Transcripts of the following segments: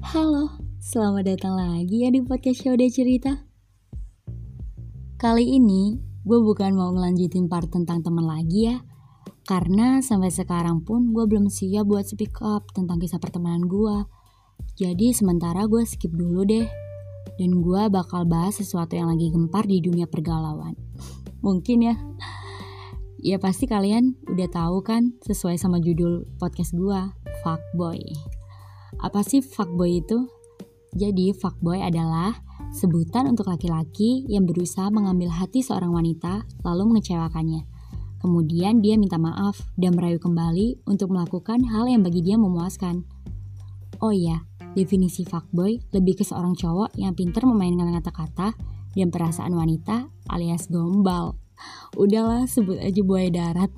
Halo, selamat datang lagi ya di podcast Shode Cerita. Kali ini gue bukan mau ngelanjutin part tentang teman lagi ya, karena sampai sekarang pun gue belum siap buat speak up tentang kisah pertemanan gue. Jadi sementara gue skip dulu deh, dan gue bakal bahas sesuatu yang lagi gempar di dunia pergalauan. Mungkin ya. Ya pasti kalian udah tahu kan sesuai sama judul podcast gue, Fuckboy. Apa sih fuckboy itu? Jadi fuckboy adalah sebutan untuk laki-laki yang berusaha mengambil hati seorang wanita lalu mengecewakannya. Kemudian dia minta maaf dan merayu kembali untuk melakukan hal yang bagi dia memuaskan. Oh iya, definisi fuckboy lebih ke seorang cowok yang pintar memainkan kata-kata dan perasaan wanita alias gombal. Udahlah, sebut aja buaya darat.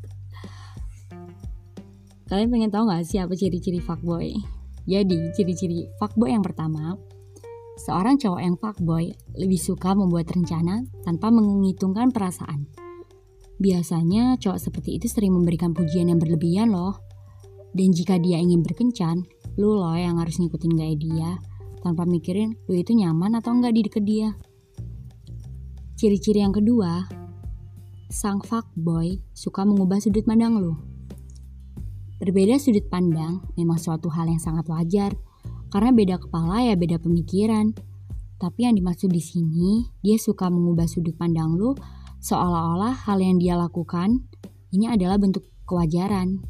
Kalian pengen tahu gak sih apa ciri-ciri fuckboy? Jadi, ciri-ciri fuckboy yang pertama, seorang cowok yang fuckboy lebih suka membuat rencana tanpa menghitungkan perasaan. Biasanya cowok seperti itu sering memberikan pujian yang berlebihan loh. Dan jika dia ingin berkencan, lu loh yang harus ngikutin gaya dia tanpa mikirin lu itu nyaman atau enggak di deket dia. Ciri-ciri yang kedua, sang fuckboy suka mengubah sudut pandang lu. Berbeda sudut pandang memang suatu hal yang sangat wajar, karena beda kepala ya beda pemikiran. Tapi yang dimaksud di sini, dia suka mengubah sudut pandang lu seolah-olah hal yang dia lakukan ini adalah bentuk kewajaran.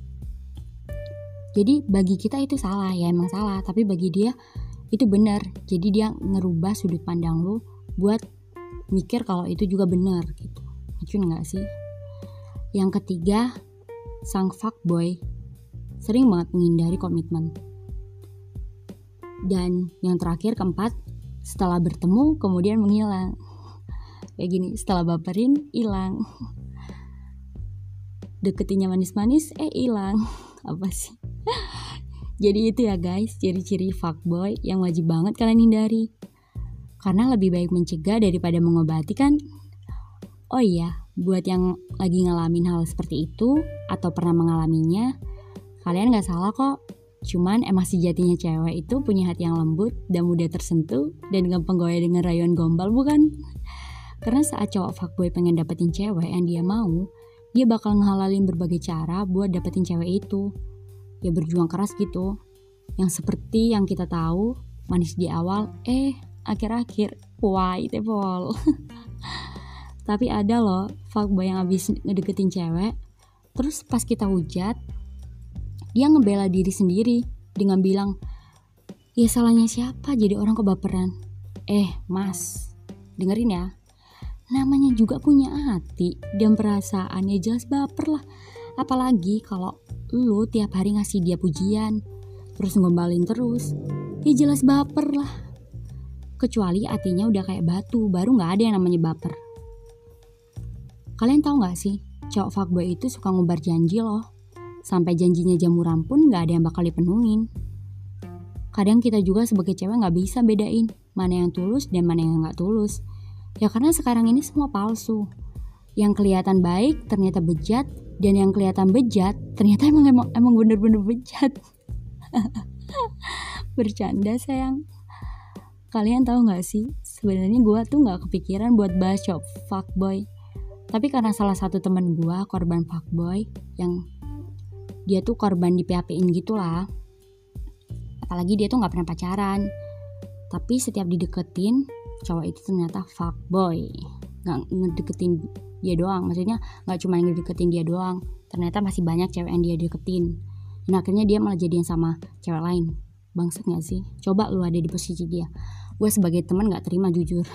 Jadi bagi kita itu salah, ya emang salah, tapi bagi dia itu benar. Jadi dia ngerubah sudut pandang lu buat mikir kalau itu juga benar gitu. Lucu nggak sih? Yang ketiga, sang fuckboy sering banget menghindari komitmen. Dan yang terakhir, keempat, setelah bertemu kemudian menghilang. Kayak gini, setelah baperin hilang. Deketinnya manis-manis hilang. Apa sih? Jadi itu ya guys, ciri-ciri fuckboy yang wajib banget kalian hindari. Karena lebih baik mencegah daripada mengobati kan? Oh iya, buat yang lagi ngalamin hal seperti itu atau pernah mengalaminya, kalian gak salah kok. Cuman emang sejatinya cewek itu punya hati yang lembut dan mudah tersentuh dan gampang goyah dengan rayuan gombal, bukan? Karena saat cowok fuckboy pengen dapetin cewek yang dia mau, dia bakal ngehalalin berbagai cara buat dapetin cewek itu. Ya berjuang keras gitu. Yang seperti yang kita tahu, manis di awal, akhir-akhir, white pol. Tapi ada loh fuckboy yang abis ngedeketin cewek, terus pas kita hujat, dia ngebela diri sendiri dengan bilang, ya salahnya siapa jadi orang kebaperan. Mas, dengerin ya, namanya juga punya hati dan perasaan, ya jelas baper lah. Apalagi kalau lu tiap hari ngasih dia pujian, terus ngombalin terus, ya jelas baper lah. Kecuali hatinya udah kayak batu, baru gak ada yang namanya baper. Kalian tahu gak sih, cowok fuckboy itu suka ngubar janji loh. Sampai janjinya jamuran pun gak ada yang bakal dipenuhin. Kadang kita juga sebagai cewek gak bisa bedain mana yang tulus dan mana yang gak tulus. Ya karena sekarang ini semua palsu. Yang kelihatan baik ternyata bejat, dan yang kelihatan bejat ternyata emang bener-bener bejat. Bercanda sayang. Kalian tahu gak sih, sebenarnya gue tuh gak kepikiran buat bahas cowok fuckboy. Tapi karena salah satu teman gue korban fuckboy, yang dia tuh korban di PHP-in gitu lah. Apalagi dia tuh gak pernah pacaran, tapi setiap dideketin cowok itu ternyata fuckboy. Gak ngedeketin dia doang, maksudnya gak cuma ngedeketin dia doang, ternyata masih banyak cewek yang dia deketin. Dan akhirnya dia malah jadian sama cewek lain. Bangsat gak sih? Coba lu ada di posisi dia. Gue sebagai teman gak terima, jujur.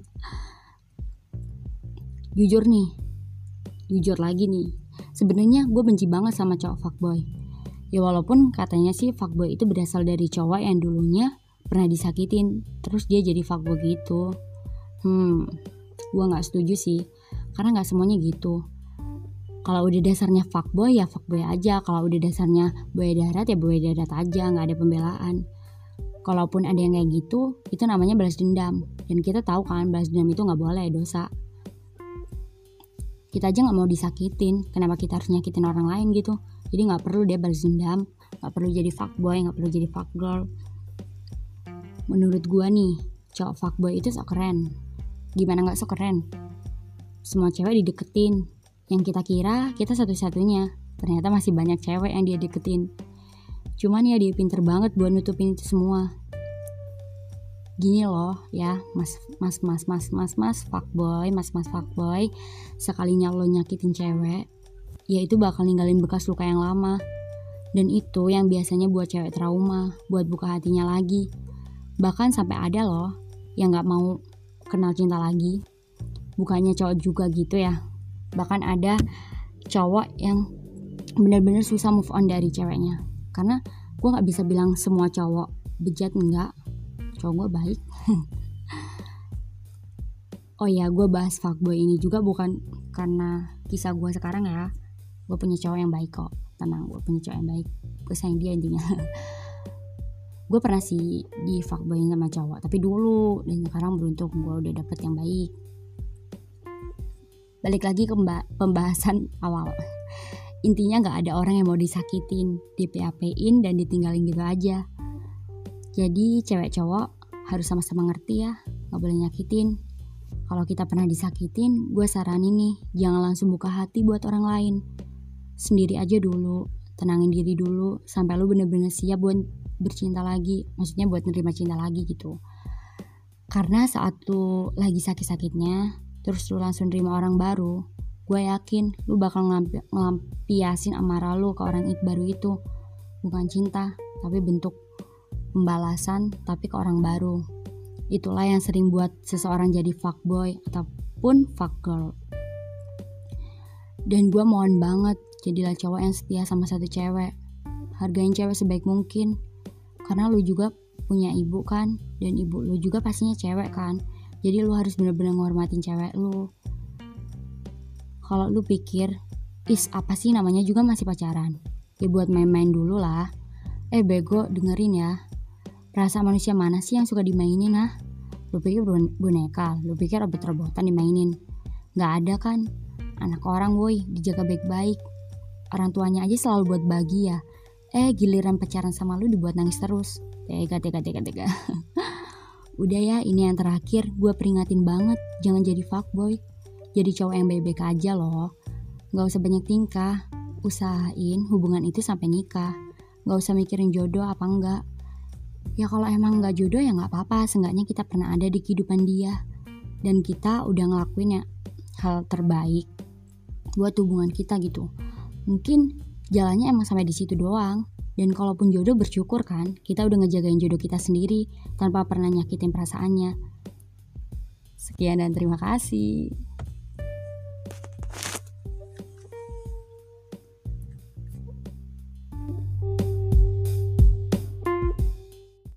Jujur lagi nih, sebenarnya gue benci banget sama cowok fuckboy. Ya walaupun katanya sih fuckboy itu berasal dari cowok yang dulunya pernah disakitin, terus dia jadi fuckboy gitu. Gue gak setuju sih, karena gak semuanya gitu. Kalau udah dasarnya fuckboy ya fuckboy aja, kalau udah dasarnya buaya darat ya buaya darat aja, gak ada pembelaan. Kalaupun ada yang kayak gitu, itu namanya balas dendam. Dan kita tahu kan balas dendam itu gak boleh, dosa. Kita aja gak mau disakitin, kenapa kita harus nyakitin orang lain gitu. Jadi gak perlu dia balas dendam, gak perlu jadi fuckboy, gak perlu jadi fuckgirl. Menurut gua nih, cowok fuckboy itu sok keren. Gimana gak sok keren? Semua cewek dideketin. Yang kita kira kita satu-satunya. Ternyata masih banyak cewek yang dia deketin. Cuman ya dia pinter banget buat nutupin itu semua. Gini loh ya, mas fuckboy, sekalinya lo nyakitin cewek, ya itu bakal ninggalin bekas luka yang lama. Dan itu yang biasanya buat cewek trauma, buat buka hatinya lagi. Bahkan sampai ada loh yang gak mau kenal cinta lagi. Bukannya cowok juga gitu ya. Bahkan ada cowok yang benar-benar susah move on dari ceweknya. Karena gue gak bisa bilang semua cowok bejat, enggak. Cowok gue baik. Oh ya, gue bahas fuckboy ini juga bukan karena kisah gue sekarang ya. Gue punya cowok yang baik kok. Tenang, gue punya cowok yang baik. Gue sayang dia intinya. Gue pernah sih di fuckboyin sama cowok, tapi dulu. Dan sekarang beruntung gue udah dapet yang baik. Balik lagi ke pembahasan awal. Intinya gak ada orang yang mau disakitin, di PHP-in dan ditinggalin gitu aja. Jadi cewek cowok harus sama-sama ngerti ya, gak boleh nyakitin. Kalau kita pernah disakitin, gue saranin nih, jangan langsung buka hati buat orang lain. Sendiri aja dulu, tenangin diri dulu, sampai lu bener-bener siap buat bercinta lagi. Maksudnya buat nerima cinta lagi gitu. Karena saat lu lagi sakit-sakitnya, terus lu langsung nerima orang baru, gue yakin lu bakal ngelampiasin amarah lu ke orang baru itu. Bukan cinta, tapi bentuk pembalasan, tapi ke orang baru. Itulah yang sering buat seseorang jadi fuckboy ataupun fuckgirl. Dan gue mohon banget, jadilah cowok yang setia sama satu cewek. Hargain cewek sebaik mungkin. Karena lu juga punya ibu kan, dan ibu lu juga pastinya cewek kan. Jadi lu harus benar-benar nghormatin cewek lu. Kalau lu pikir, apa sih namanya juga masih pacaran? Ya buat main-main dulu lah. Bego, dengerin ya. Rasa manusia mana sih yang suka dimainin ah? Lu pikir boneka, lu pikir robot-robotan dimainin? Gak ada kan? Anak orang woi, dijaga baik-baik. Orang tuanya aja selalu buat bahagia. Giliran pacaran sama lu dibuat nangis terus. Tega. Udah ya, ini yang terakhir. Gue peringatin banget, jangan jadi fuckboy. Jadi cowok yang baik-baik aja loh. Gak usah banyak tingkah. Usahain hubungan itu sampai nikah. Gak usah mikirin jodoh apa enggak. Ya kalau emang gak jodoh ya gak apa-apa. Seenggaknya kita pernah ada di kehidupan dia. Dan kita udah ngelakuin ya hal terbaik buat hubungan kita gitu. Mungkin jalannya emang sampai di situ doang. Dan kalaupun jodoh bersyukur kan, kita udah ngejagain jodoh kita sendiri tanpa pernah nyakitin perasaannya. Sekian dan terima kasih.